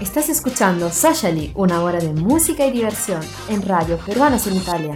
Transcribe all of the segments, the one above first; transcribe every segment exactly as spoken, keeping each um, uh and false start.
Estás escuchando Socially, una hora de música y diversión en Radio Peruanos en Italia.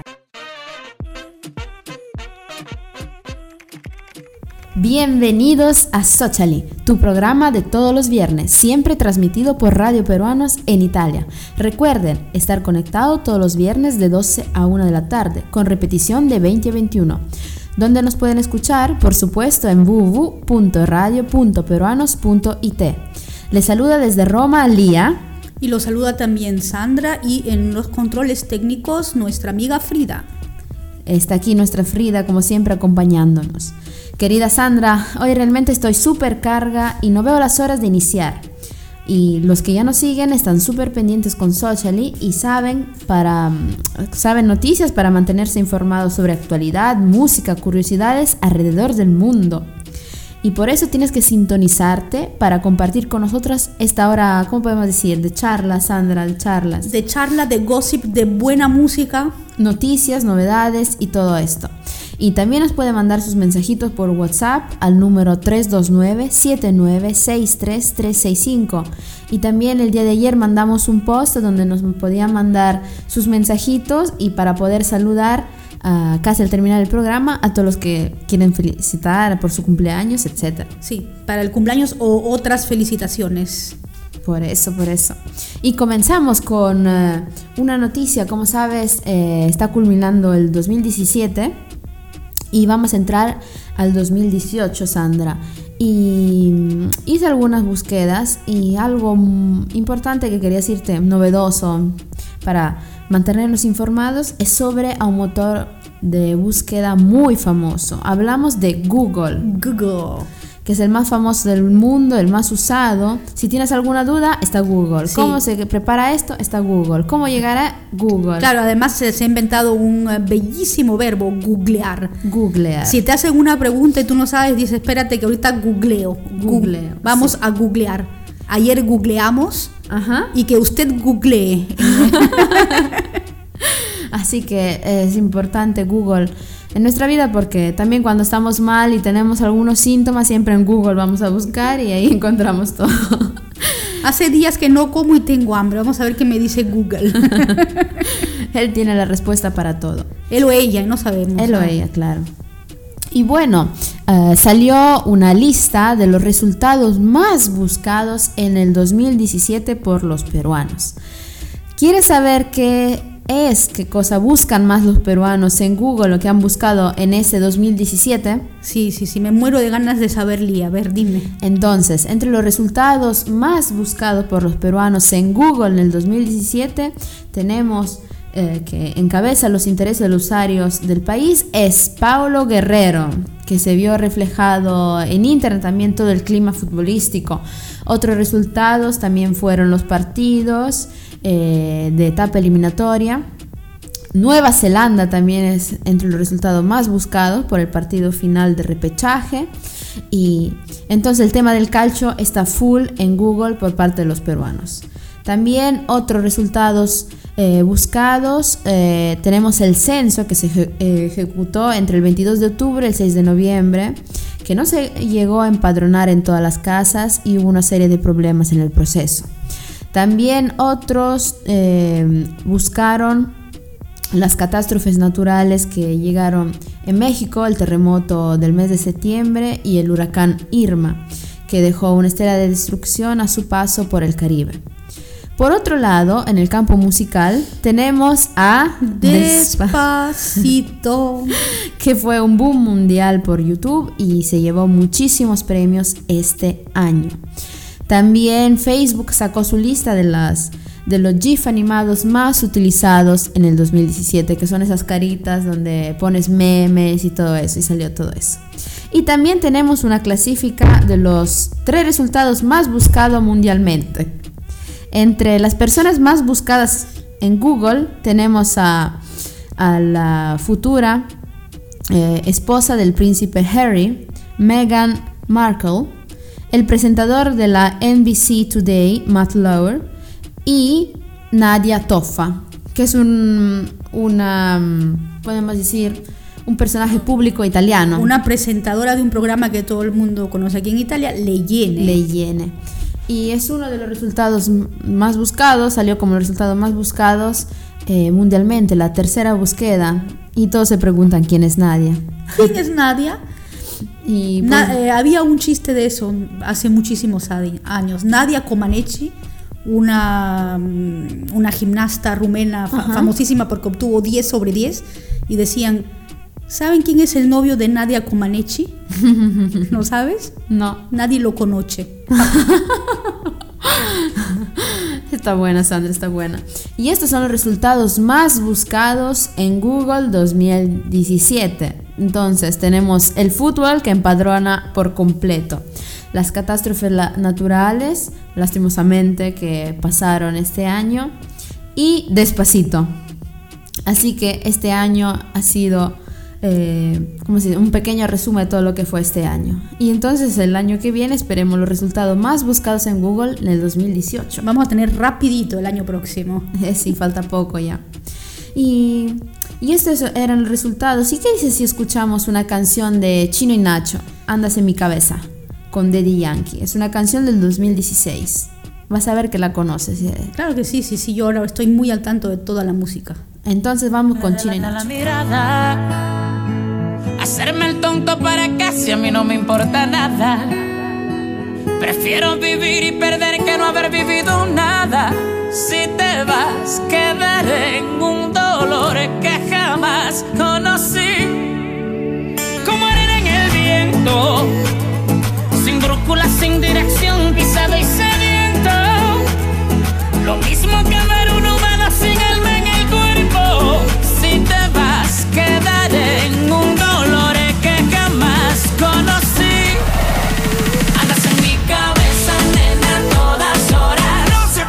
Bienvenidos a Socially, tu programa de todos los viernes, siempre transmitido por Radio Peruanos en Italia. Recuerden estar conectados todos los viernes de doce a una de la tarde, con repetición de veinte a veintiuno. Donde nos pueden escuchar, por supuesto, en w w w punto radio punto peruanos punto i t. Les saluda desde Roma Lía. Y los saluda también Sandra, y en los controles técnicos nuestra amiga Frida. Está aquí nuestra Frida, como siempre, acompañándonos. Querida Sandra, hoy realmente estoy súper carga y no veo las horas de iniciar. Y los que ya nos siguen están súper pendientes con Socially y saben, para, saben noticias para mantenerse informados sobre actualidad, música, curiosidades alrededor del mundo. Y por eso tienes que sintonizarte para compartir con nosotros esta hora, ¿cómo podemos decir? De charlas, Sandra, de charlas. De charla, de gossip, de buena música. Noticias, novedades y todo esto. Y también nos puede mandar sus mensajitos por WhatsApp al número tres dos nueve, siete nueve seis tres, tres seis cinco. Y también el día de ayer mandamos un post donde nos podían mandar sus mensajitos y para poder saludar uh, casi al terminar el programa a todos los que quieren felicitar por su cumpleaños, etcétera. Sí, para el cumpleaños o otras felicitaciones. Por eso, por eso. Y comenzamos con uh, una noticia. Como sabes, eh, está culminando el dos mil diecisiete. Y vamos a entrar al dos mil dieciocho, Sandra. Y hice algunas búsquedas y algo importante que quería decirte, novedoso, para mantenernos informados, es sobre a un motor de búsqueda muy famoso. Hablamos de Google. Google. Que es el más famoso del mundo, el más usado. Si tienes alguna duda, está Google. Sí. ¿Cómo se prepara esto? Está Google. ¿Cómo llegar a Google? Claro, además se, se ha inventado un bellísimo verbo, googlear. Googlear. Si te hacen una pregunta y tú no sabes, dices, espérate que ahorita googleo. Googleo. Vamos sí. a googlear. Ayer googleamos. Ajá. Y que usted googlee. Así que es importante Google en nuestra vida, porque también cuando estamos mal y tenemos algunos síntomas, siempre en Google vamos a buscar y ahí encontramos todo. Hace días que no como y tengo hambre. Vamos a ver qué me dice Google. Él tiene la respuesta para todo. Él o ella, no sabemos. Él ¿no? o ella, claro. Y bueno, uh, salió una lista de los resultados más buscados en el dos mil diecisiete por los peruanos. ¿Quieres saber qué es, qué cosa buscan más los peruanos en Google, lo que han buscado en ese dos mil diecisiete? Sí, sí, sí, me muero de ganas de saber, Lía. A ver, dime. Entonces, entre los resultados más buscados por los peruanos en Google en el dos mil diecisiete, tenemos eh, que encabeza los intereses de los usuarios del país es Paulo Guerrero, que se vio reflejado en internet también todo el clima futbolístico. Otros resultados también fueron los partidos eh, de etapa eliminatoria. Nueva Zelanda también es entre los resultados más buscados por el partido final de repechaje. Y entonces el tema del calcio está full en Google por parte de los peruanos. También otros resultados eh, buscados, eh, tenemos el censo que se eje- ejecutó entre el veintidós de octubre y el seis de noviembre, que no se llegó a empadronar en todas las casas y hubo una serie de problemas en el proceso. También otros eh, buscaron las catástrofes naturales que llegaron en México, el terremoto del mes de septiembre y el huracán Irma, que dejó una estela de destrucción a su paso por el Caribe. Por otro lado, en el campo musical tenemos a Despacito, que fue un boom mundial por YouTube y se llevó muchísimos premios este año. También Facebook sacó su lista de las de los GIF animados más utilizados en el dos mil diecisiete, que son esas caritas donde pones memes y todo eso, y salió todo eso. Y también tenemos una clasifica de los tres resultados más buscados mundialmente. Entre las personas más buscadas en Google tenemos a, a la futura eh, esposa del príncipe Harry, Meghan Markle, el presentador de la N B C Today, Matt Lauer, y Nadia Toffa, que es un, una, podemos decir, un personaje público italiano. Una presentadora de un programa que todo el mundo conoce aquí en Italia, Leyene. Leyene. Y es uno de los resultados más buscados, salió como los resultados más buscados eh, mundialmente, la tercera búsqueda. Y todos se preguntan quién es Nadia. ¿Quién es Nadia? Y pues, Na- eh, había un chiste de eso hace muchísimos años. Nadia Comaneci, una, una gimnasta rumena fa- famosísima porque obtuvo diez sobre diez, y decían, ¿saben quién es el novio de Nadia Comaneci? ¿No sabes? no. Nadie lo conoce. Está buena, Sandra, está buena. Y estos son los resultados más buscados en Google dos mil diecisiete. Entonces tenemos el fútbol, que empadrona por completo. Las catástrofes la- naturales, lastimosamente, que pasaron este año. Y Despacito. Así que este año ha sido eh, ¿cómo se dice? un pequeño resumen de todo lo que fue este año. Y entonces el año que viene esperemos los resultados más buscados en Google en el dos mil dieciocho. Vamos a tener rapidito el año próximo. Eh, sí, falta poco ya. Y, y estos eran los resultados. ¿Y qué dices si escuchamos una canción de Chino y Nacho, Andas en mi cabeza, con Daddy Yankee? Es una canción del dos mil dieciséis. Vas a ver que la conoces. eh. Claro que sí, sí, sí, yo ahora estoy muy al tanto de toda la música. Entonces vamos con Chino y Nacho. La mirada, hacerme el tonto para casi a mí no me importa nada. Prefiero vivir y perder que no haber vivido nada. Si te vas, quedaré en un dolor que jamás conocí. Como arena en el viento, sin brújula, sin dirección, pisado y sediento. Lo mismo que ver un humano sin alma en el cuerpo. Si te vas, quedaré en un dolor que jamás conocí. Andas en mi cabeza, nena, a todas horas. No se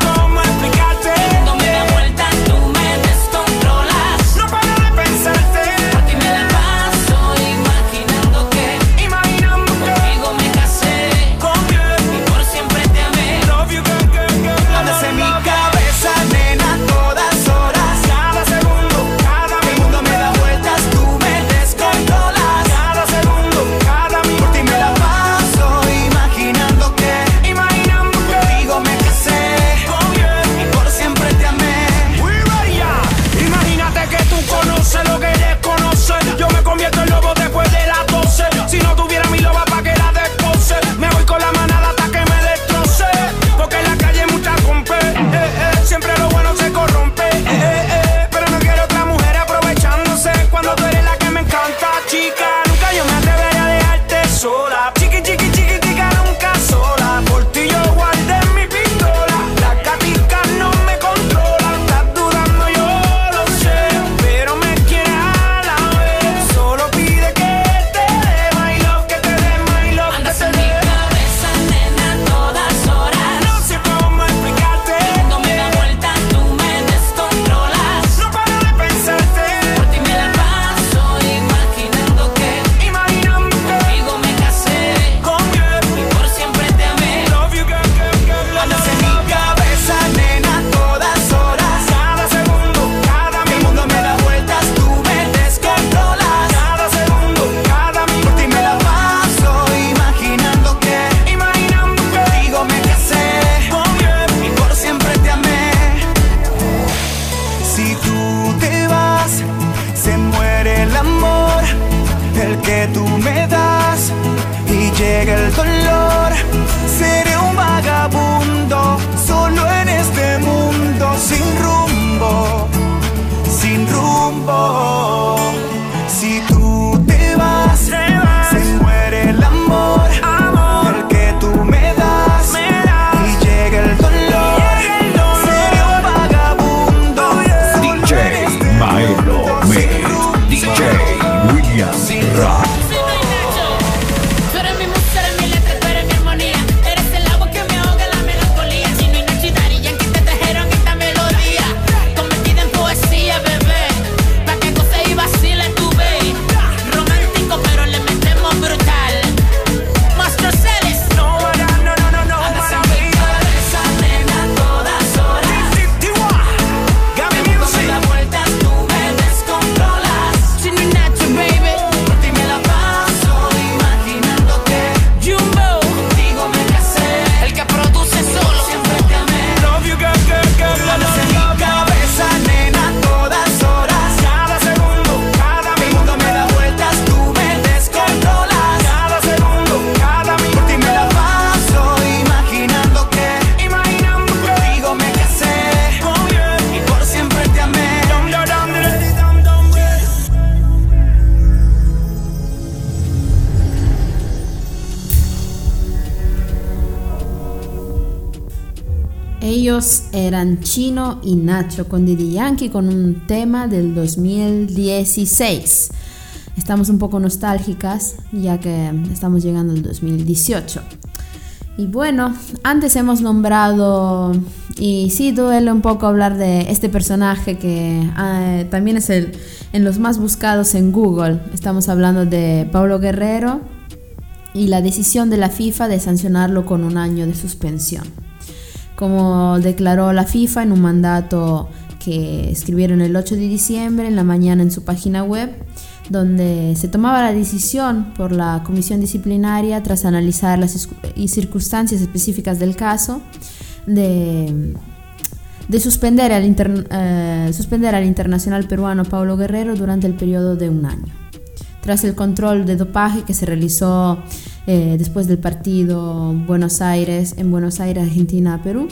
Ellos eran Chino y Nacho con Daddy Yankee con un tema del dos mil dieciséis. Estamos un poco nostálgicas ya que estamos llegando al dos mil dieciocho. Y bueno, antes hemos nombrado, y sí duele un poco hablar de este personaje que eh, también es el, en los más buscados en Google. Estamos hablando de Paulo Guerrero y la decisión de la FIFA de sancionarlo con un año de suspensión. Como declaró la FIFA en un mandato que escribieron el ocho de diciembre en la mañana en su página web, donde se tomaba la decisión por la comisión disciplinaria tras analizar las circunstancias específicas del caso de, de suspender, al inter, eh, suspender al internacional peruano Paulo Guerrero durante el periodo de un año. Tras el control de dopaje que se realizó eh, después del partido Buenos Aires, en Buenos Aires, Argentina, Perú,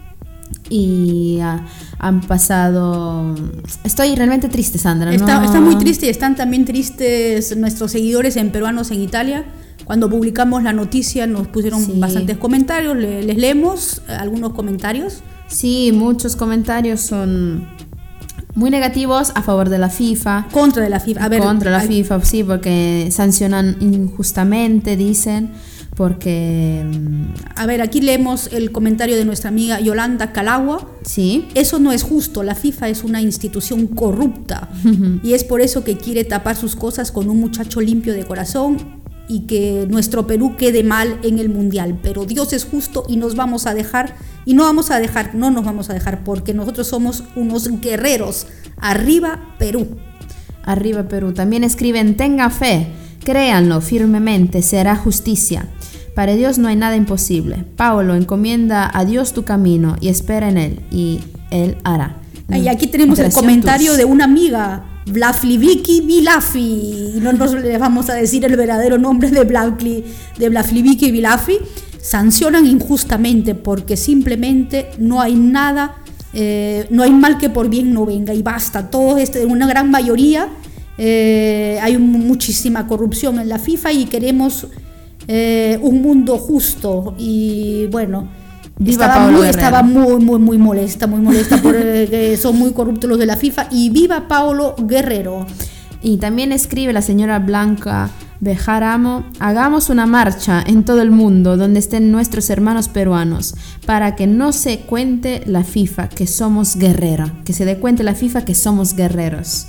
y uh, han pasado... Estoy realmente triste, Sandra. Está, no... está muy triste y están también tristes nuestros seguidores en Peruanos en Italia. Cuando publicamos la noticia nos pusieron sí. bastantes comentarios, les, les leemos algunos comentarios. Sí, muchos comentarios son muy negativos a favor de la FIFA. Contra de la FIFA. A ver, contra la hay... FIFA, sí, porque sancionan injustamente, dicen. Porque... A ver, aquí leemos el comentario de nuestra amiga Yolanda Calagua. Sí. Eso no es justo, la FIFA es una institución corrupta y es por eso que quiere tapar sus cosas con un muchacho limpio de corazón y que nuestro Perú quede mal en el Mundial. Pero Dios es justo y nos vamos a dejar, y no vamos a dejar, no nos vamos a dejar porque nosotros somos unos guerreros. Arriba Perú. Arriba Perú. También escriben, tenga fe, créanlo firmemente, será justicia. Para Dios no hay nada imposible. Paulo, encomienda a Dios tu camino y espera en Él, y Él hará. Y aquí tenemos el comentario de una amiga, Vlavliviki Vilafi. Y no nos le vamos a decir el verdadero nombre de, Blavli, de Vlavliviki Vilafi. Sancionan injustamente porque simplemente no hay nada, eh, no hay mal que por bien no venga. Y basta, todo este, una gran mayoría, eh, hay muchísima corrupción en la FIFA y queremos... Eh, un mundo justo. Y bueno, estaba muy, estaba muy muy muy molesta muy molesta porque son muy corruptos los de la FIFA. Y viva Paulo Guerrero. Y también escribe la señora Blanca Bejaramo, hagamos una marcha en todo el mundo donde estén nuestros hermanos peruanos para que no se cuente la FIFA que somos guerreros, que se dé cuenta la FIFA que somos guerreros.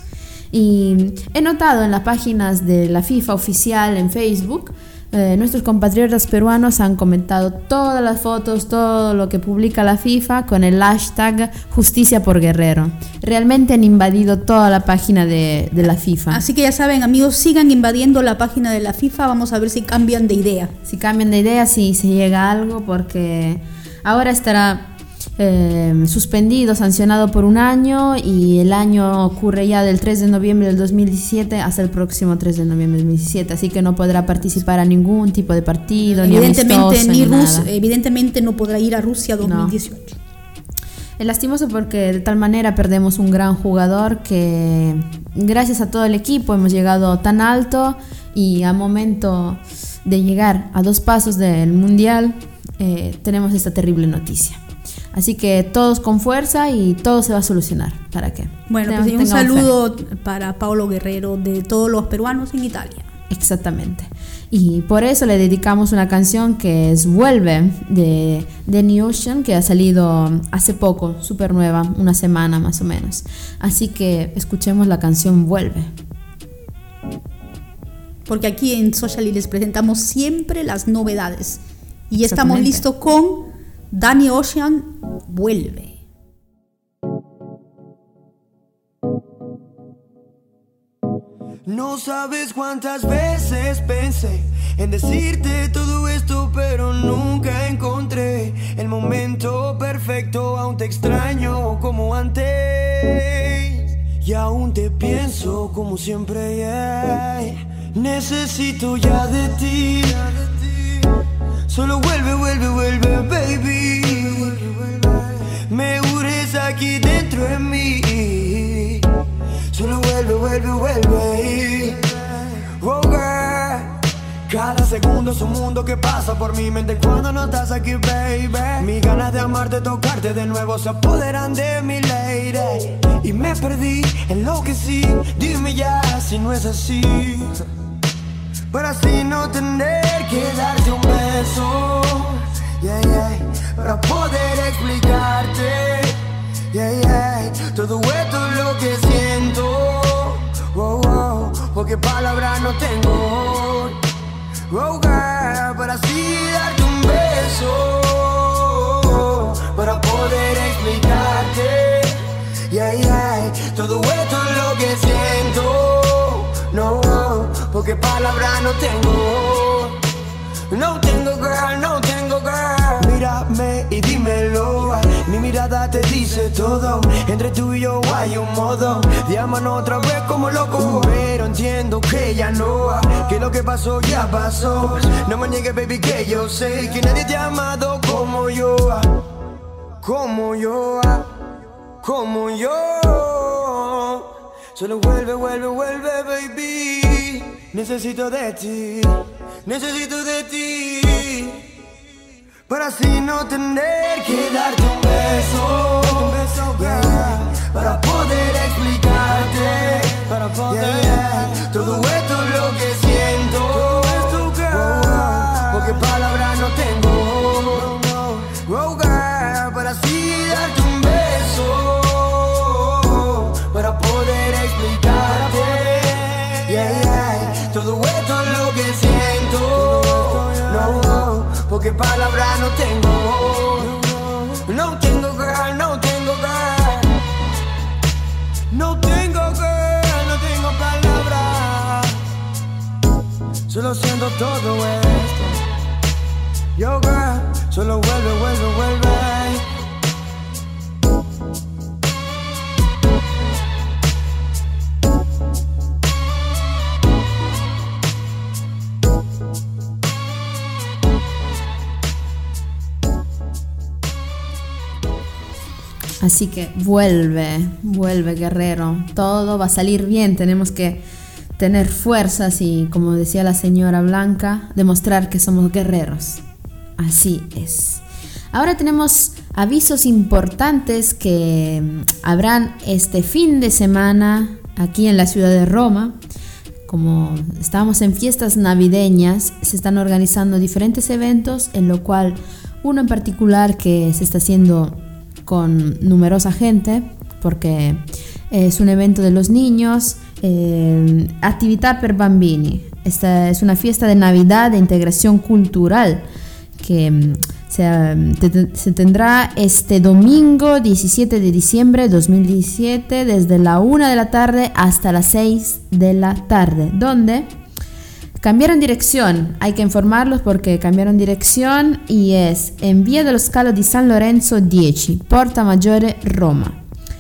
Y he notado en las páginas de la FIFA oficial en Facebook, Eh, nuestros compatriotas peruanos han comentado todas las fotos, todo lo que publica la FIFA con el hashtag Justicia por Guerrero. Realmente han invadido toda la página de, de la FIFA. Así que ya saben, amigos, sigan invadiendo la página de la FIFA. Vamos a ver si cambian de idea. Si cambian de idea, si se llega a algo, porque ahora estará eh, suspendido, sancionado por un año, y el año ocurre ya del tres de noviembre del dos mil diecisiete hasta el próximo tres de noviembre del dos mil diecisiete, así que no podrá participar a ningún tipo de partido, evidentemente, ni amistoso, ni ni Rus, nada. Evidentemente no podrá ir a Rusia dos mil dieciocho. No. Es lastimoso porque de tal manera perdemos un gran jugador que gracias a todo el equipo hemos llegado tan alto, y a momento de llegar a dos pasos del Mundial eh, tenemos esta terrible noticia. Así que todos con fuerza y todo se va a solucionar. ¿Para qué? Bueno, pues un saludo fe. para Paulo Guerrero de todos los peruanos en Italia. Exactamente. Y por eso le dedicamos una canción que es Vuelve de Danny Ocean, que ha salido hace poco, súper nueva, una semana más o menos. Así que escuchemos la canción Vuelve. Porque aquí en Socially les presentamos siempre las novedades. Y estamos listos con Danny Ocean, Vuelve. No sabes cuántas veces pensé en decirte todo esto, pero nunca encontré el momento perfecto. Aún te extraño como antes y aún te pienso como siempre, yeah. Necesito ya de ti. Solo vuelve, vuelve, vuelve, baby. Me urges aquí dentro de mí. Solo vuelve, vuelve, vuelve. Oh girl, Cada segundo es un mundo que pasa por mi mente cuando no estás aquí, baby. Mis ganas de amarte, tocarte de nuevo se apoderan de mi lady. Y me perdí, enloquecí, dime ya si no es así. Para así no tener que darte un beso, yeah, yeah. Para poder explicarte, yeah, yeah. Todo esto es lo que siento, oh, oh. Porque palabras no tengo, oh, girl. Para así darte un beso, para poder explicarte, yeah, yeah. Todo esto es lo que siento, no, porque palabras no tengo, no tengo, girl, no tengo, girl. Mírame y dímelo, mi mirada te dice todo. Entre tú y yo hay un modo de amarnos otra vez como loco. Pero entiendo que ya no, que lo que pasó ya pasó. No me niegues, baby, que yo sé que nadie te ha amado como yo, como yo, como yo. Solo vuelve, vuelve, vuelve, baby. Necesito de ti, necesito de ti. Para así no tener que darte un beso, un beso, yeah. Para poder explicarte, para poder, yeah, yeah. Todo esto es lo que siento, oh, oh. Porque palabras no tengo, oh, girl. Para así darte un beso, para poder explicarte, yeah, yeah. Todo esto es lo que siento, no, porque palabras no tengo, no tengo, girl, no tengo, girl, no tengo, girl, no tengo palabras, solo siento todo esto, yo, girl, solo vuelve, vuelve, vuelve. Así que vuelve, vuelve, guerrero. Todo va a salir bien. Tenemos que tener fuerzas y, como decía la señora Blanca, demostrar que somos guerreros. Así es. Ahora tenemos avisos importantes que habrán este fin de semana aquí en la ciudad de Roma. Como estamos en fiestas navideñas, se están organizando diferentes eventos, en lo cual uno en particular que se está haciendo con numerosa gente, porque es un evento de los niños, eh, Attività per Bambini. Esta es una fiesta de Navidad de integración cultural que se, te, se tendrá este domingo diecisiete de diciembre de dos mil diecisiete desde la una de la tarde hasta las seis de la tarde, donde cambiaron dirección. Hay que informarlos porque cambiaron dirección y es en Via dello Scalo di San Lorenzo diez, Porta Maggiore, Roma.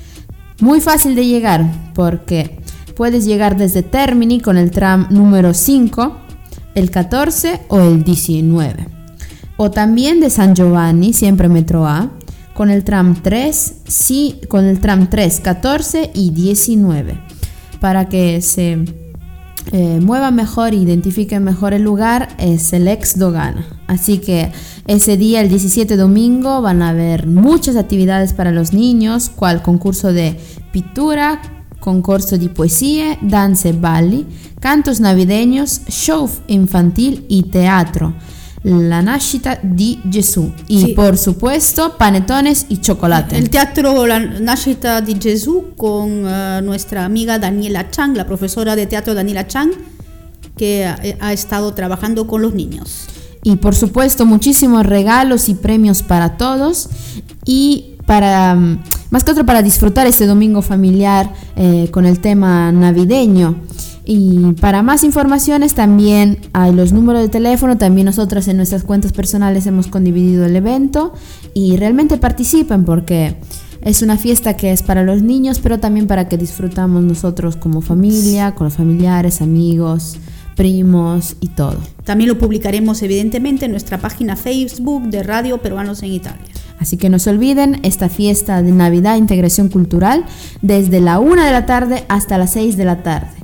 Muy fácil de llegar porque puedes llegar desde Termini con el tram número cinco, el catorce o el diecinueve. O también de San Giovanni, siempre metro A, con el tram tres, sí, con el tram tres, catorce y diecinueve. Para que se Eh, muevan mejor, identifiquen mejor el lugar, es el ex Dogana. Así que ese día, el diecisiete domingo, van a haber muchas actividades para los niños, cual concurso de pintura, concurso di poesie, danze e balli, cantos navideños, show infantil y teatro. La nascita di Gesù y sí, por supuesto panetones y chocolate. El teatro La nascita di Gesù con uh, nuestra amiga Daniela Chang, la profesora de teatro Daniela Chang, que ha, ha estado trabajando con los niños. Y por supuesto muchísimos regalos y premios para todos y para más que otro para disfrutar este domingo familiar eh, con el tema navideño. Y para más informaciones también hay los números de teléfono, también nosotras en nuestras cuentas personales hemos condividido el evento y realmente participen porque es una fiesta que es para los niños, pero también para que disfrutamos nosotros como familia, con los familiares, amigos, primos y todo. También lo publicaremos evidentemente en nuestra página Facebook de Radio Peruanos en Italia. Así que no se olviden esta fiesta de Navidad, integración cultural, desde la una de la tarde hasta las seis de la tarde.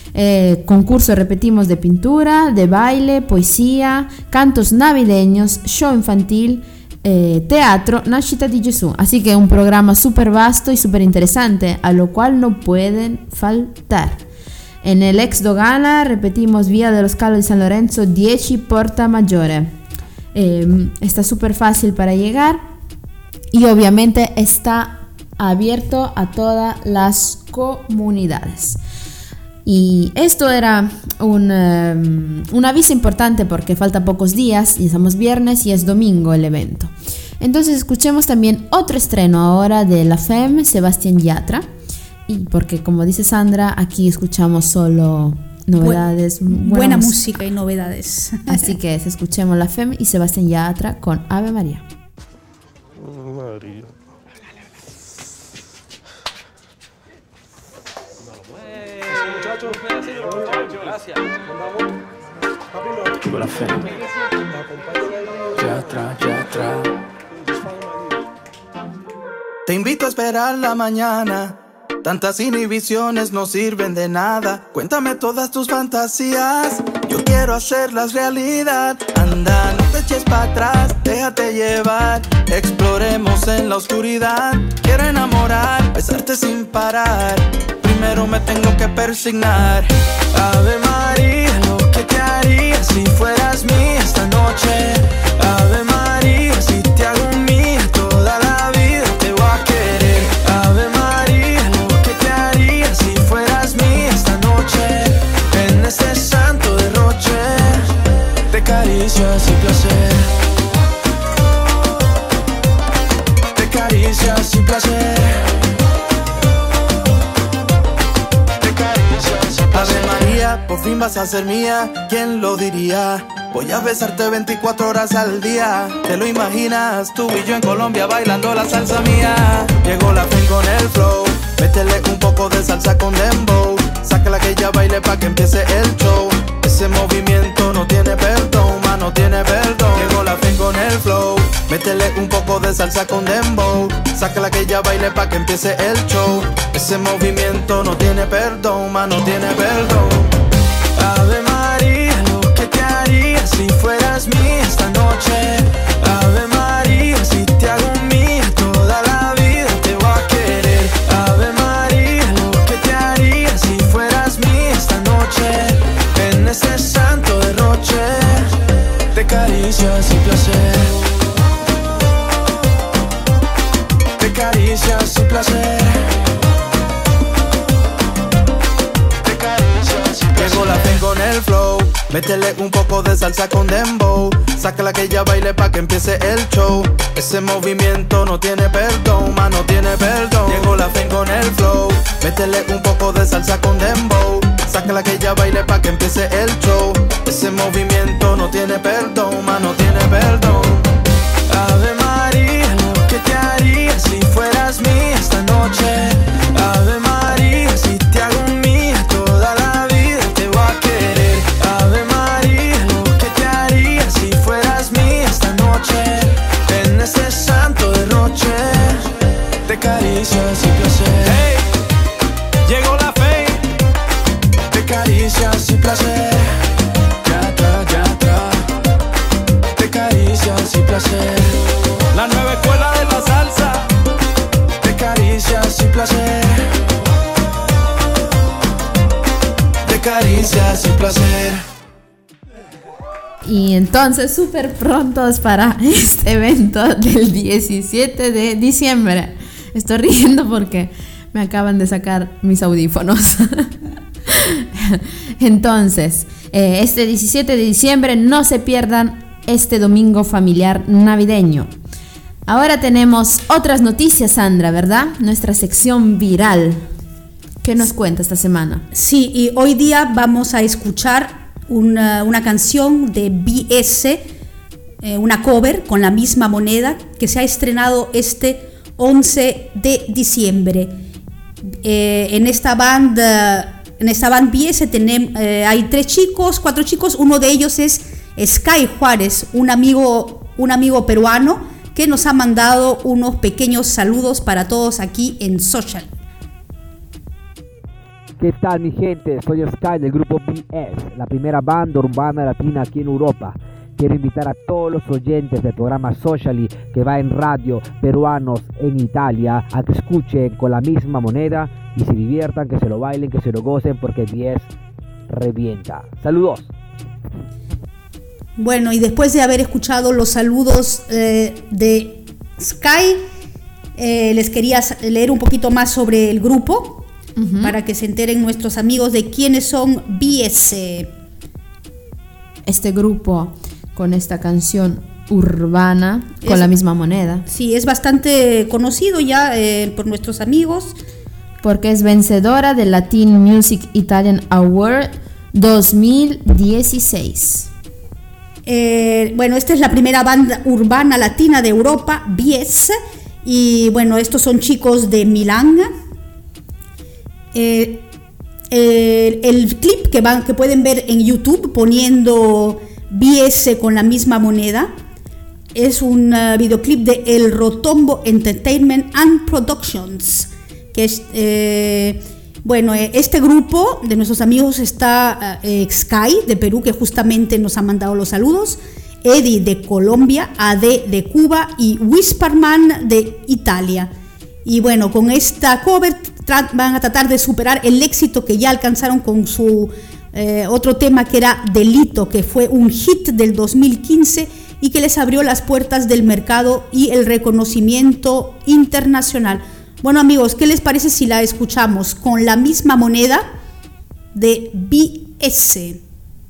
Eh, concurso, repetimos, de pintura, de baile, poesía, cantos navideños, show infantil, eh, teatro, Nascita di Gesù. Así que un programa súper vasto y súper interesante, a lo cual no pueden faltar. En el ex Dogana, repetimos, vía de los Calos de San Lorenzo, diez, Porta Maggiore. Eh, está súper fácil para llegar y obviamente está abierto a todas las comunidades. Y esto era un, um, un aviso importante porque falta pocos días y estamos viernes y es domingo el evento. Entonces escuchemos también otro estreno ahora de la F E M, Sebastián Yatra. Y porque como dice Sandra, aquí escuchamos solo novedades. Bu- buena música y novedades. Así que escuchemos la F E M y Sebastián Yatra con Ave María. María. Gracias. Con la F E M. Yatra, Yatra. Te invito a esperar la mañana. Tantas inhibiciones no sirven de nada. Cuéntame todas tus fantasías. Yo quiero hacerlas realidad. Anda, no te eches para atrás, déjate llevar. Exploremos en la oscuridad. Quiero enamorar, besarte sin parar. Primero me tengo que persignar. Ave María, lo que te haría si fueras mía esta noche. Ave María, si te hago mía toda la vida te voy a querer. Ave María, lo que te haría si fueras mía esta noche. En este santo derroche de caricias y placer. De caricias y placer. Ave María, por fin vas a ser mía, ¿quién lo diría? Voy a besarte veinticuatro horas al día. ¿Te lo imaginas? Tú y yo en Colombia bailando la salsa mía. Llegó la fin con el flow. Métele un poco de salsa con dembow. Sácala que ella baile pa' que empiece el show. Ese movimiento no tiene perdón, ma, no tiene perdón. Llegó la fin con el flow. Métele un poco de salsa con dembow. Sácala que ella baile pa' que empiece el show. Ese movimiento no tiene perdón, ma, no tiene perdón. Ave María, lo que te haría si fueras mía esta noche. Ave María, si te hago mía toda la vida te voy a querer. Ave María, lo que te haría si fueras mía esta noche. En este santo derroche de caricias y placer. De caricias y placer. Llegó la fin con el flow. Métele un poco de salsa con dembow. Sácala que ella baile pa' que empiece el show. Ese movimiento no tiene perdón, ma, no tiene perdón. Llegó la fin con el flow. Métele un poco de salsa con dembow. Sácala que ella baile pa' que empiece el show. Ese movimiento no tiene perdón, ma, no tiene perdón. Ave María, lo que te haría si fueras mía esta noche. Ave María, si te hago mía toda la vida te voy a querer. Ave María, lo que te haría si fueras mía esta noche. En este santo derroche de caricias y placer. Hey, llegó la fe de caricias y placer. Yatra, yatra, de caricias y placer. La nueva escuela de la salsa, de caricias y placer. De caricias y placer. Y entonces súper prontos para este evento del diecisiete de diciembre. Estoy riendo porque me acaban de sacar mis audífonos. Entonces, eh, este diecisiete de diciembre no se pierdan este domingo familiar navideño. Ahora tenemos otras noticias, Sandra, ¿verdad? Nuestra sección viral. ¿Qué nos cuenta esta semana? Sí, y hoy día vamos a escuchar una, una canción de B S, eh, una cover con la misma moneda que se ha estrenado este once de diciembre. Eh, en esta banda, en esta band B S tenemos, eh, hay tres chicos, cuatro chicos. Uno de ellos es Sky Juárez, un amigo, un amigo peruano que nos ha mandado unos pequeños saludos para todos aquí en Social. ¿Qué tal mi gente? Soy Sky del grupo B S, la primera banda urbana latina aquí en Europa. Quiero invitar a todos los oyentes del programa Socially que va en radio peruanos en Italia a que escuchen Con la Misma Moneda y se diviertan, que se lo bailen, que se lo gocen porque B S revienta. Saludos. Bueno, y después de haber escuchado los saludos eh, de Sky, eh, les quería leer un poquito más sobre el grupo. Uh-huh. Para que se enteren nuestros amigos de quiénes son B S. Este grupo con esta canción urbana, Con es, la Misma Moneda. Sí, es bastante conocido ya eh, por nuestros amigos. Porque es vencedora del Latin Music Italian Award dos mil dieciséis. Eh, bueno, esta es la primera banda urbana latina de Europa, B S. Y bueno, estos son chicos de Milán. Eh, eh, el clip que, van, que pueden ver en YouTube poniendo B S Con la Misma Moneda es un uh, videoclip de El Rotombo Entertainment and Productions, que es eh, bueno, eh, este grupo de nuestros amigos está eh, Sky de Perú, que justamente nos ha mandado los saludos, Eddie de Colombia, A D de Cuba y Whisperman de Italia. Y bueno, con esta cover van a tratar de superar el éxito que ya alcanzaron con su eh, otro tema, que era Delito, que fue un hit del dos mil quince y que les abrió las puertas del mercado y el reconocimiento internacional. Bueno amigos, ¿qué les parece si la escuchamos? Con la Misma Moneda de B S.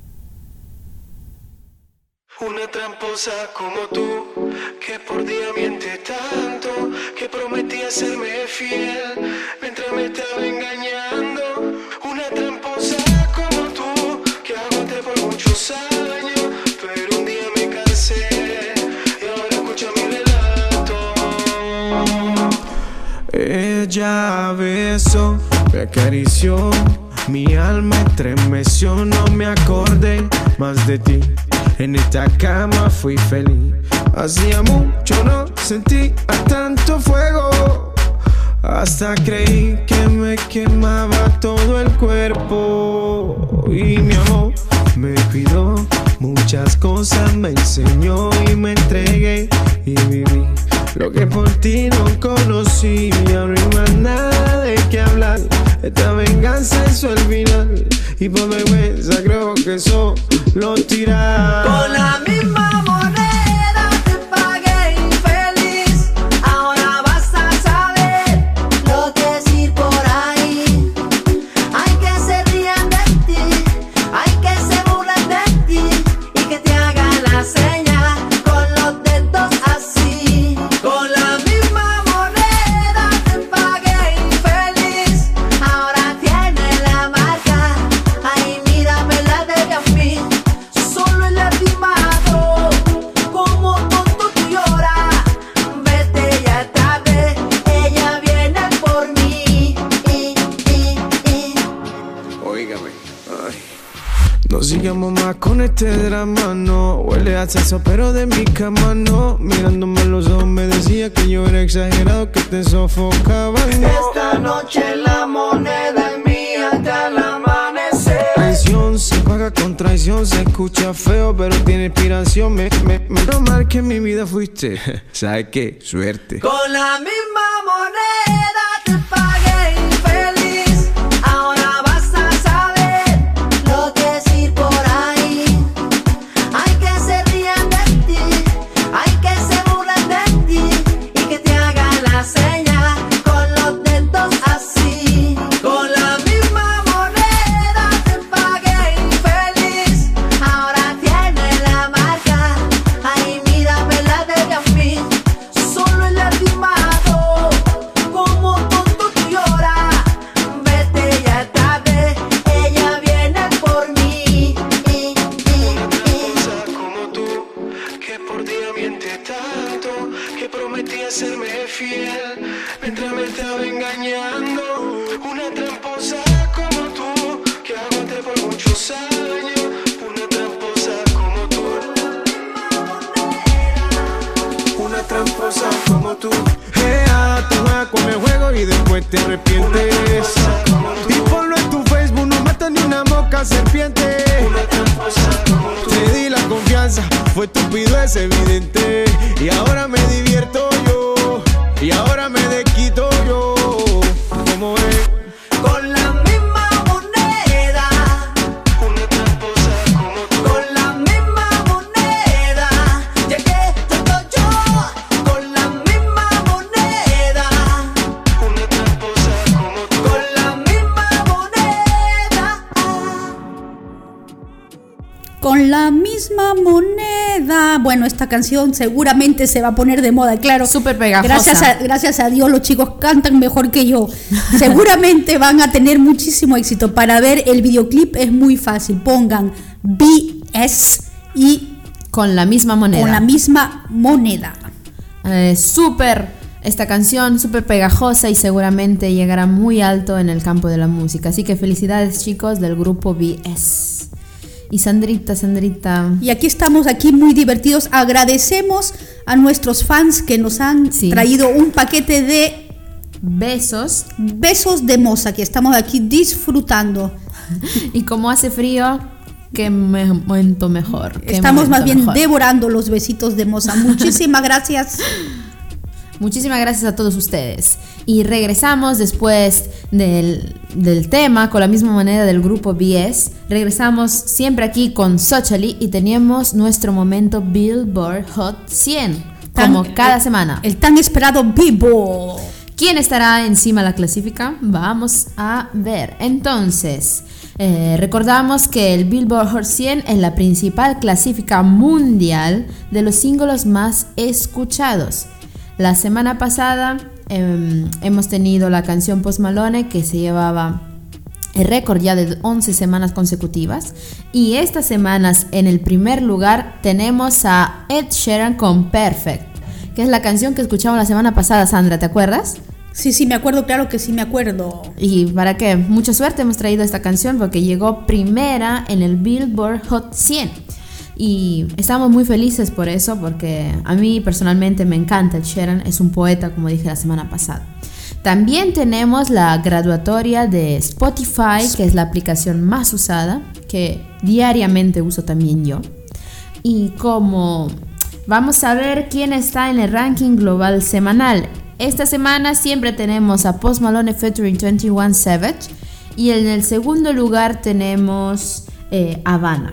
Una tramposa como tú, que por día miente tanto, que prometía serme fiel mientras me estaba engañando. Una tramposa como tú, que aguanté por muchos años, pero un día me cansé y ahora escucha mi relato. Ella besó, me acarició, mi alma estremeció, no me acordé más de ti. En esta cama fui feliz. Hacía mucho no sentía tanto fuego, hasta creí que me quemaba todo el cuerpo. Y mi amor me cuidó, muchas cosas me enseñó y me entregué y viví lo que por ti no conocí. Y ahora no hay más nada de qué hablar, esta venganza es el final y por vergüenza creo que solo tirar. Con la misma moneda te pagué infeliz, ahora vas a saber lo que decir por ahí. Hay que se rían de ti, hay que se burlan de ti y que te hagan la seña con los dedos así. Con la misma moneda te pagué infeliz, ahora tiene la marca, ay mírame la de a mí. Solo el lastimado, como tonto tú lloras. Vete ya es tarde, ella viene por mí. Y, y, y. Óigame, ay. No sigamos más con este drama, no. Huele a sexo pero de mi cama no. Mirándome a los ojos me decía que yo era exagerado, que te sofocaba. No. Esta noche la moneda es mía hasta el amanecer. Traición se paga con traición, se escucha feo pero tiene inspiración. Me, me, me lo mal que en mi vida fuiste. ¿Sabes qué? Suerte. Con la misma moneda te pagué infeliz, ahora vas a saber lo que decir por ahí. Hay que se rían de ti, hay que se burlan de ti y que te hagan la seña con los dedos así. Con la misma moneda te pagué infeliz, ahora tiene la marca, ay mírame la de a mí. Solo el lastimado, como tonto tú lloras. Vete ya es tarde, ella viene por mí. Y, y, y. Como tú, que por día miente tanto, que prometía serme fiel mientras me estaba engañando. Una tramposa como tú, que aguanté por muchos años. Una tramposa como tú, una tramposa como tú. Ea, tú juegas con el juego y después te arrepientes. Y ponlo en tu fue estúpido, es evidente. Y ahora me divierto yo, y ahora me desquito yo. ¿Cómo es? Con la misma moneda, una tramposa como tú. Con la misma moneda, llegué todo yo. Con la misma moneda, una tramposa como tú. Con la misma moneda. Con la misma moneda. Bueno, esta canción seguramente se va a poner de moda, claro. Súper pegajosa. Gracias a, gracias a Dios los chicos cantan mejor que yo. Seguramente van a tener muchísimo éxito. Para ver el videoclip es muy fácil. Pongan B S y Con la misma moneda. con la misma moneda. Eh, súper, esta canción súper pegajosa y seguramente llegará muy alto en el campo de la música. Así que felicidades, chicos del grupo B S. Y Sandrita, Sandrita. Y aquí estamos, aquí muy divertidos. Agradecemos a nuestros fans que nos han Sí. traído un paquete de Besos. besos de moza, que estamos aquí disfrutando. Y como hace frío, qué me- momento mejor. qué Estamos momento más bien mejor. devorando los besitos de moza. Muchísimas gracias. Muchísimas gracias a todos ustedes. Y regresamos después del, del tema, con la misma moneda del grupo B S. Regresamos siempre aquí con Socially y tenemos nuestro momento Billboard Hot cien, como Tan- cada semana. El tan esperado vivo. ¿Quién estará encima de la clasifica? Vamos a ver. Entonces, eh, recordamos que el Billboard Hot cien es la principal clasifica mundial de los singles más escuchados. La semana pasada eh, hemos tenido la canción Post Malone, que se llevaba el récord ya de once semanas consecutivas. Y estas semanas en el primer lugar tenemos a Ed Sheeran con Perfect, que es la canción que escuchamos la semana pasada, Sandra, ¿te acuerdas? Sí, sí, me acuerdo, claro que sí me acuerdo. Y para qué, mucha suerte hemos traído esta canción porque llegó primera en el Billboard Hot cien. Y estamos muy felices por eso, porque a mí personalmente me encanta Ed Sheeran, es un poeta, como dije la semana pasada. También tenemos la graduatoria de Spotify, que es la aplicación más usada, que diariamente uso también yo. Y como vamos a ver quién está en el ranking global semanal. Esta semana siempre tenemos a Post Malone featuring veintiuno Savage. Y en el segundo lugar tenemos eh, Havana.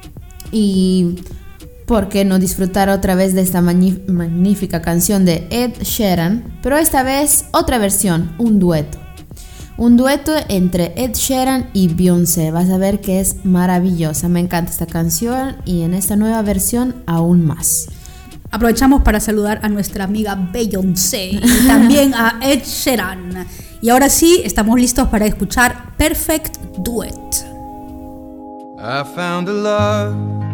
Y por qué no disfrutar otra vez de esta magni- magnífica canción de Ed Sheeran, pero esta vez otra versión, un dueto. Un dueto entre Ed Sheeran y Beyoncé. Vas a ver que es maravillosa. Me encanta esta canción y en esta nueva versión aún más. Aprovechamos para saludar a nuestra amiga Beyoncé y también a Ed Sheeran. Y ahora sí, estamos listos para escuchar Perfect Duet. I found a love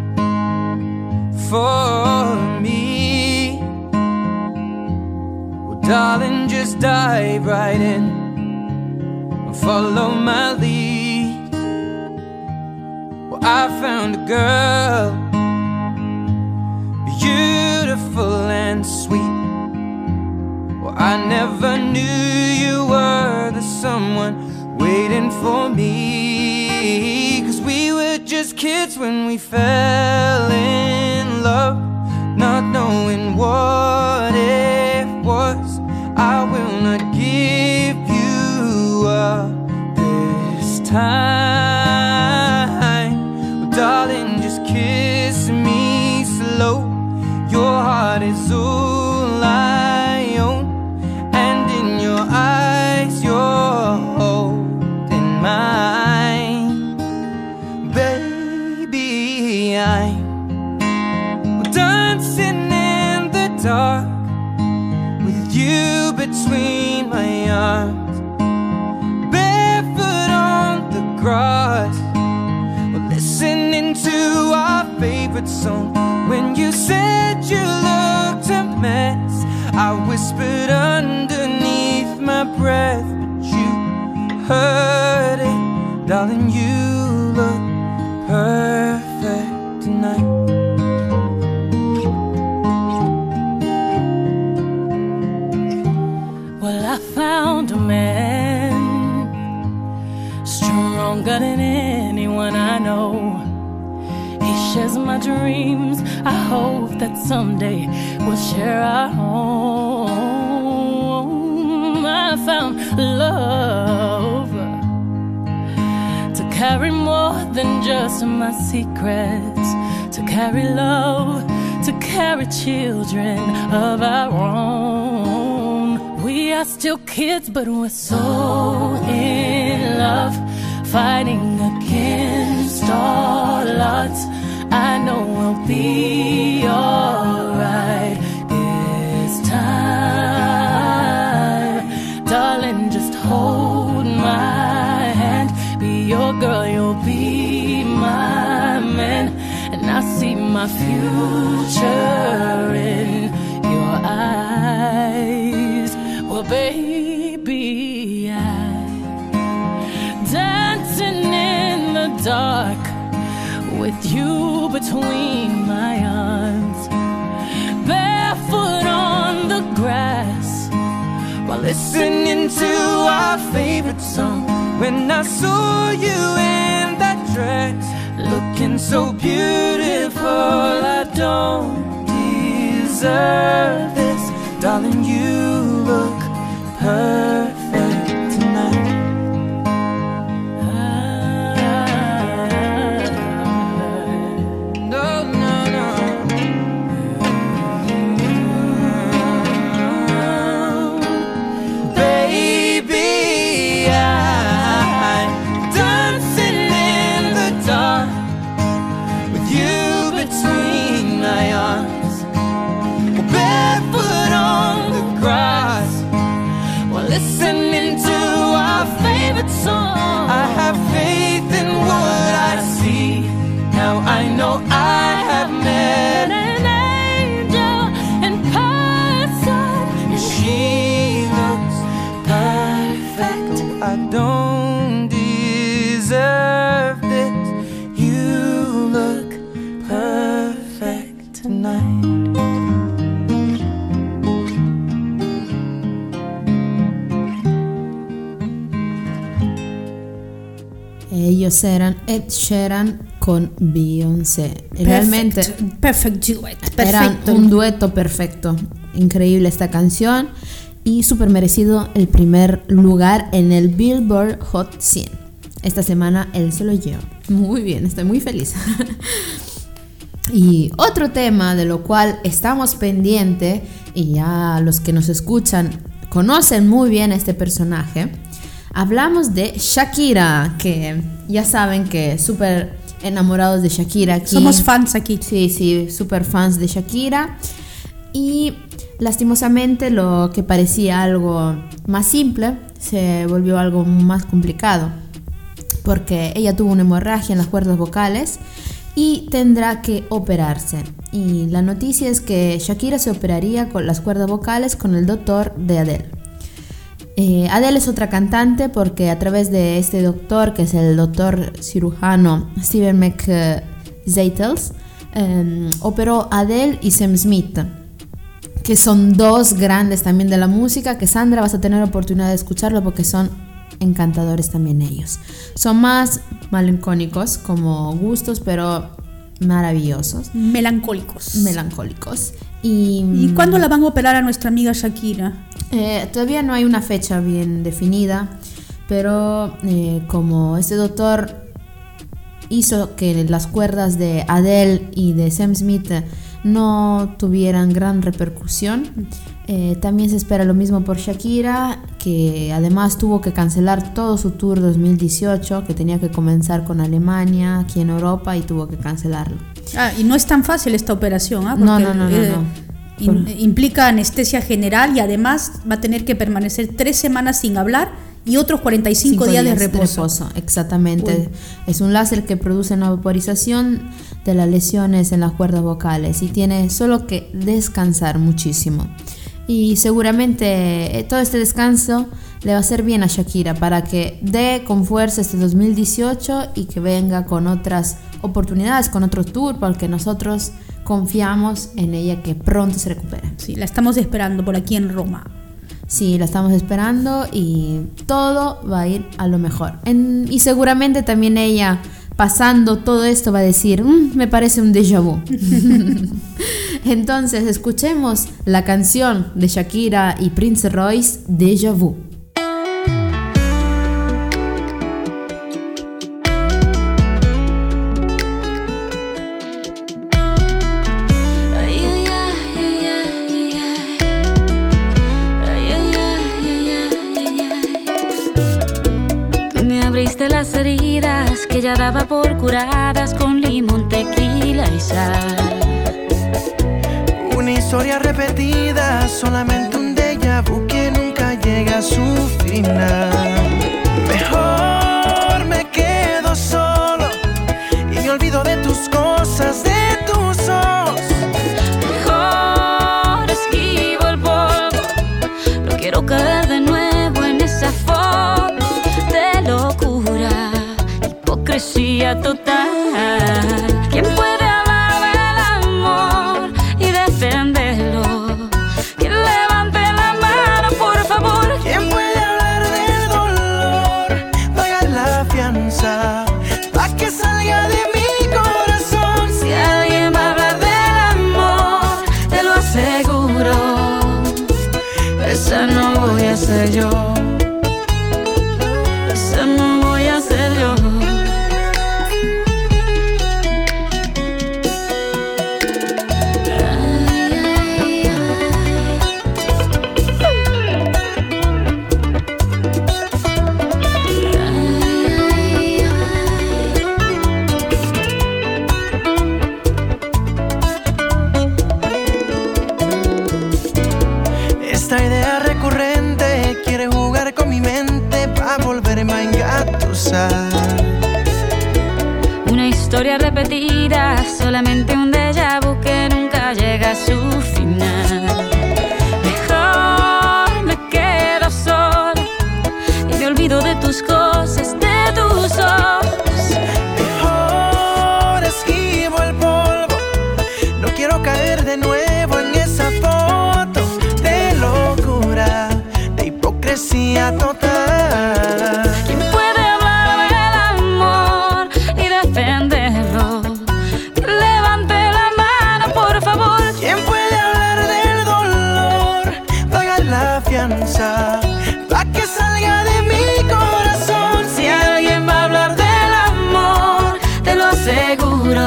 for me. Well, darling, just dive right in and follow my lead. Well, I found a girl, beautiful and sweet. Well, I never knew you were the someone waiting for me. 'Cause we were just kids when we fell in love, not knowing what it was. I will not give you up this time. Well, darling, just kiss me slow. Your heart is all I own, and in your eyes you're holding mine. Baby, I'm dancing in the dark with you between my arms, barefoot on the grass. We're listening to our favorite song. When you said you looked a mess, I whispered underneath my breath, but you heard it. Darling, you look perfect tonight. Well, I found a man stronger than anyone I know. He shares my dreams. I hope that someday we'll share our home. I found love to carry more than just my secrets, to carry love, to carry children of our own. We are still kids, but we're so in love, fighting against all odds. I know we'll be alright this time. Darling, just hold my hand. Be your girl, you'll be my man. And I see my future in your eyes. Well, baby, I'm dancing in the dark with you between my arms, barefoot on the grass while listening to our favorite song. When I saw you in that dress, looking so beautiful, I don't deserve this. Darling, you look perfect tonight. No, no, no. Baby, I'm dancing in the dark with you between my arms, barefoot on the grass while listening to our favorite song. I have faith in what I see. Now I know I have met an angel in person, and she looks perfect. I don't deserve this. You look perfect tonight. Ellos eran Ed Sheeran con Beyoncé. Realmente Perfect, perfect duet. eran Perfecto. un dueto perfecto. Increíble esta canción y súper merecido el primer lugar en el Billboard Hot cien. Esta semana él se lo llevó. Muy bien, estoy muy feliz. Y otro tema de lo cual estamos pendientes, y ya los que nos escuchan conocen muy bien a este personaje, hablamos de Shakira, que ya saben que súper enamorados de Shakira aquí. Somos fans aquí. Sí, sí, súper fans de Shakira. Y lastimosamente lo que parecía algo más simple se volvió algo más complicado, porque ella tuvo una hemorragia en las cuerdas vocales y tendrá que operarse. Y la noticia es que Shakira se operaría con las cuerdas vocales con el doctor de Adele. Eh, Adele es otra cantante porque a través de este doctor, que es el doctor cirujano Steven McZeitels, eh, operó a Adele y Sam Smith, que son dos grandes también de la música, que Sandra vas a tener oportunidad de escucharlo porque son encantadores también ellos. Son más melancólicos como gustos, pero maravillosos. Melancólicos. Melancólicos. ¿Y, ¿Y cuándo la van a operar a nuestra amiga Shakira? Eh, todavía no hay una fecha bien definida, pero eh, como este doctor hizo que las cuerdas de Adele y de Sam Smith no tuvieran gran repercusión, eh, también se espera lo mismo por Shakira, que además tuvo que cancelar todo su tour dos mil dieciocho, que tenía que comenzar con Alemania aquí en Europa, y tuvo que cancelarlo. Ah, y no es tan fácil esta operación, ¿ah? No, no, no, no, eh, no. in- implica anestesia general y además va a tener que permanecer tres semanas sin hablar y otros cuarenta y cinco, Cinco días, de reposo. Exactamente. Uy. Es un láser que produce una vaporización de las lesiones en las cuerdas vocales y tiene solo que descansar muchísimo. Y seguramente eh, todo este descanso le va a hacer bien a Shakira para que dé con fuerza este dos mil dieciocho y que venga con otras oportunidades, con otro tour, porque nosotros confiamos en ella que pronto se recupere. Sí, la estamos esperando por aquí en Roma. Sí, la estamos esperando y todo va a ir a lo mejor. En, y seguramente también ella pasando todo esto va a decir, mmm, me parece un déjà vu. Entonces escuchemos la canción de Shakira y Prince Royce, Déjà Vu. Las heridas que ya daba por curadas con limón, tequila y sal. Una historia repetida, solamente un déjà vu que nunca llega a su final. Mejor me quedo solo y me olvido de tus cosas, de tus ojos. Mejor esquivo el polvo, no quiero caer de nuevo en esa foto de locura, hipocresía total. ¿Quién puede hablar del amor y defenderlo? ¿Quién levante la mano, por favor? ¿Quién puede hablar del dolor? Paga la fianza pa' que salga de mi corazón. Si alguien va a hablar del amor, te lo aseguro, esa no voy a ser yo. Esta idea recurrente quiere jugar con mi mente pa' volverme a engatusar. Una historia repetida, solamente un déjà vu que nunca llega a su final. Mejor me quedo sola y me olvido de tus cosas, de tus ojos. Mejor esquivo el polvo, no quiero caer de nuevo en esa foto de locura, de hipocresía total. ¿Quién puede hablar del amor y defenderlo? Que levante la mano, por favor. ¿Quién puede hablar del dolor? Pagar la fianza pa' que salga de mi corazón. Si alguien va a hablar del amor, te lo aseguro,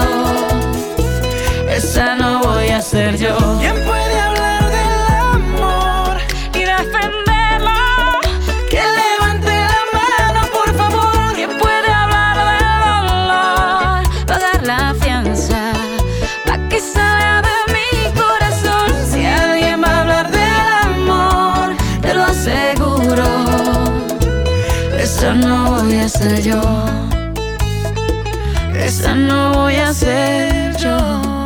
esa no voy a ser yo. ¿Quién puede hablar del amor y defenderlo? Que levante la mano, por favor. ¿Quién puede hablar del dolor? Pagar la fianza pa' que salga de mi corazón. Si alguien va a hablar del amor, te lo aseguro, esa no voy a ser yo. Esa no voy a ser yo.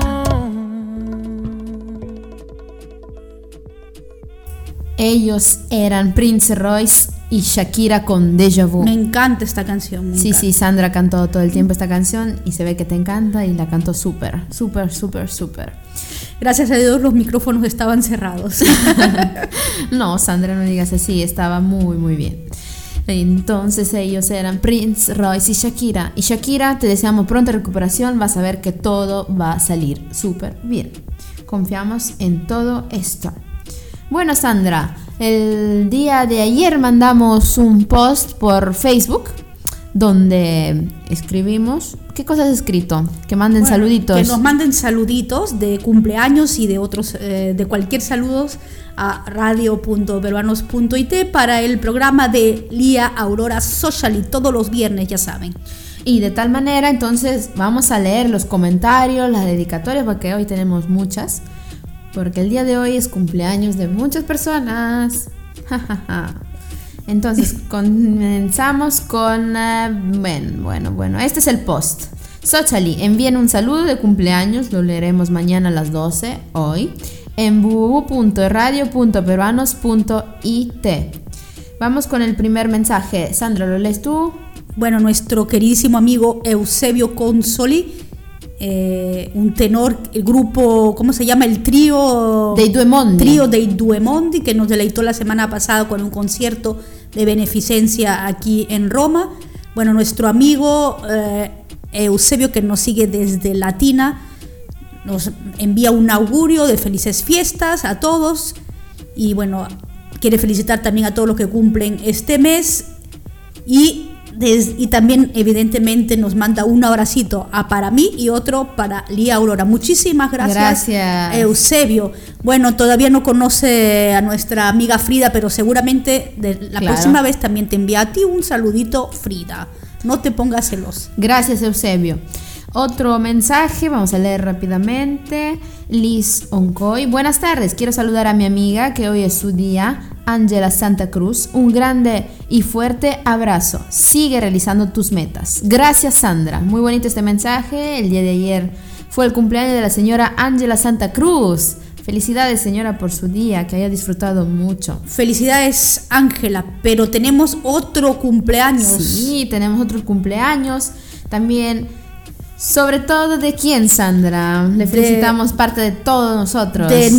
Ellos eran Prince Royce y Shakira con Déjà Vu. Me encanta esta canción. Me sí, encanta. sí, Sandra cantó todo el tiempo esta canción y se ve que te encanta y la cantó súper, súper, súper, súper. Gracias a Dios los micrófonos estaban cerrados. No, Sandra, no digas así, estaba muy, muy bien. Entonces ellos eran Prince Royce y Shakira. Y Shakira, te deseamos pronta recuperación, vas a ver que todo va a salir súper bien. Confiamos en todo esto. Bueno, Sandra, el día de ayer mandamos un post por Facebook donde escribimos, ¿qué cosas has escrito? Que manden Bueno, saluditos. Que nos manden saluditos de cumpleaños y de otros, eh, de cualquier saludos a radio punto peruanos punto it para el programa de Lía Aurora Socially todos los viernes, ya saben. Y de tal manera, entonces, vamos a leer los comentarios, las dedicatorias, porque hoy tenemos muchas. Porque el día de hoy es cumpleaños de muchas personas. Entonces, comenzamos con... Uh, bueno, bueno, bueno. Este es el post. Socially, envíen un saludo de cumpleaños. Lo leeremos mañana a las doce, hoy. En w w w punto radio punto peruanos punto it. Vamos con el primer mensaje. Sandra, ¿lo lees tú? Bueno, nuestro queridísimo amigo Eusebio Consoli, eh, un tenor, el grupo, ¿cómo se llama? El trío Dei Due Mondi. Trío Dei Due Mondi, que nos deleitó la semana pasada con un concierto de beneficencia aquí en Roma. Bueno, nuestro amigo eh, Eusebio, que nos sigue desde Latina, nos envía un augurio de felices fiestas a todos y bueno, quiere felicitar también a todos los que cumplen este mes y, des, y también evidentemente nos manda un abracito a para mí y otro para Lía Aurora. Muchísimas gracias, Gracias. Eusebio. Bueno, todavía no conoce a nuestra amiga Frida, pero seguramente de la Claro. próxima vez también te envía a ti un saludito, Frida. No te pongas celoso. Gracias, Eusebio. Otro mensaje, vamos a leer rápidamente. Liz Oncoy. Buenas tardes, quiero saludar a mi amiga que hoy es su día, Ángela Santa Cruz. Un grande y fuerte abrazo. Sigue realizando tus metas. Gracias, Sandra. Muy bonito este mensaje. El día de ayer fue el cumpleaños de la señora Ángela Santa Cruz. Felicidades, señora, por su día, que haya disfrutado mucho. Felicidades, Ángela, pero tenemos otro cumpleaños. Sí, tenemos otros cumpleaños. También, sobre todo, ¿de quién, Sandra? Le felicitamos, parte de todos nosotros. De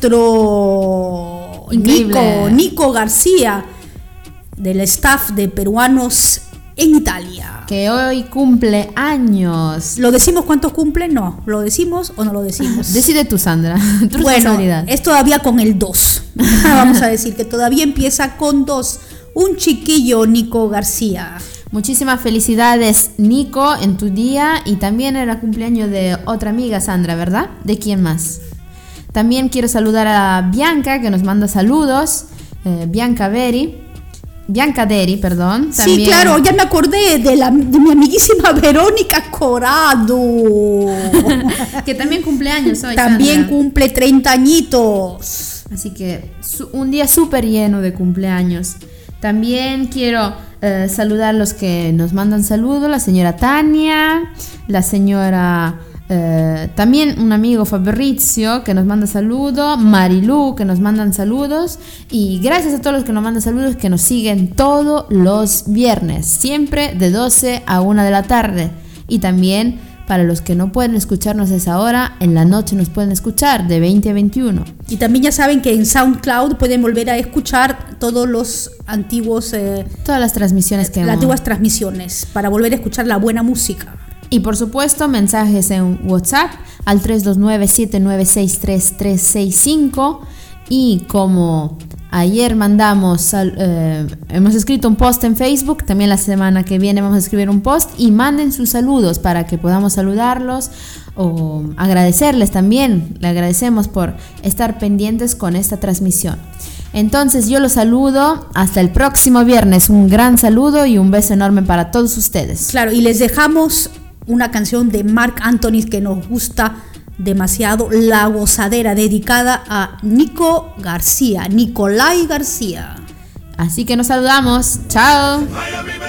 nuestro Increíble. Nico, Nico García, del staff de Peruanos en Italia. Que hoy cumple años. ¿Lo decimos cuántos cumple? No. ¿Lo decimos o no lo decimos? Decide tú, Sandra. Tu Bueno, responsabilidad. es todavía con el dos. Vamos a decir que todavía empieza con dos. Un chiquillo, Nico García. Muchísimas felicidades, Nico, en tu día. Y también era cumpleaños de otra amiga, Sandra, ¿verdad? ¿De quién más? También quiero saludar a Bianca, que nos manda saludos. Eh, Bianca Veri. Bianca Deri, perdón. También. Sí, claro, ya me acordé de, la, de mi amiguísima Verónica Corado. Que también cumpleaños hoy. También Sandra. cumple treinta añitos. Así que su, un día súper lleno de cumpleaños. También quiero eh, saludar a los que nos mandan saludos. La señora Tania, la señora... Eh, también un amigo Fabrizio que nos manda saludos, Marilu que nos mandan saludos y gracias a todos los que nos mandan saludos, que nos siguen todos los viernes, siempre de doce a una de la tarde, y también para los que no pueden escucharnos a esa hora, en la noche nos pueden escuchar de veinte a veintiuno. Y también ya saben que en SoundCloud pueden volver a escuchar todos los antiguos eh, todas las transmisiones que las hemos... antiguas transmisiones para volver a escuchar la buena música. Y por supuesto, mensajes en WhatsApp al tres dos nueve, siete nueve seis, tres tres seis cinco. Y como ayer mandamos, eh, hemos escrito un post en Facebook, también la semana que viene vamos a escribir un post, y manden sus saludos para que podamos saludarlos o agradecerles también. Le agradecemos por estar pendientes con esta transmisión. Entonces yo los saludo hasta el próximo viernes. Un gran saludo y un beso enorme para todos ustedes. Claro, y les dejamos una canción de Marc Anthony que nos gusta demasiado, La Gozadera, dedicada a Nico García, Nicolai García. Así que nos saludamos. Chao.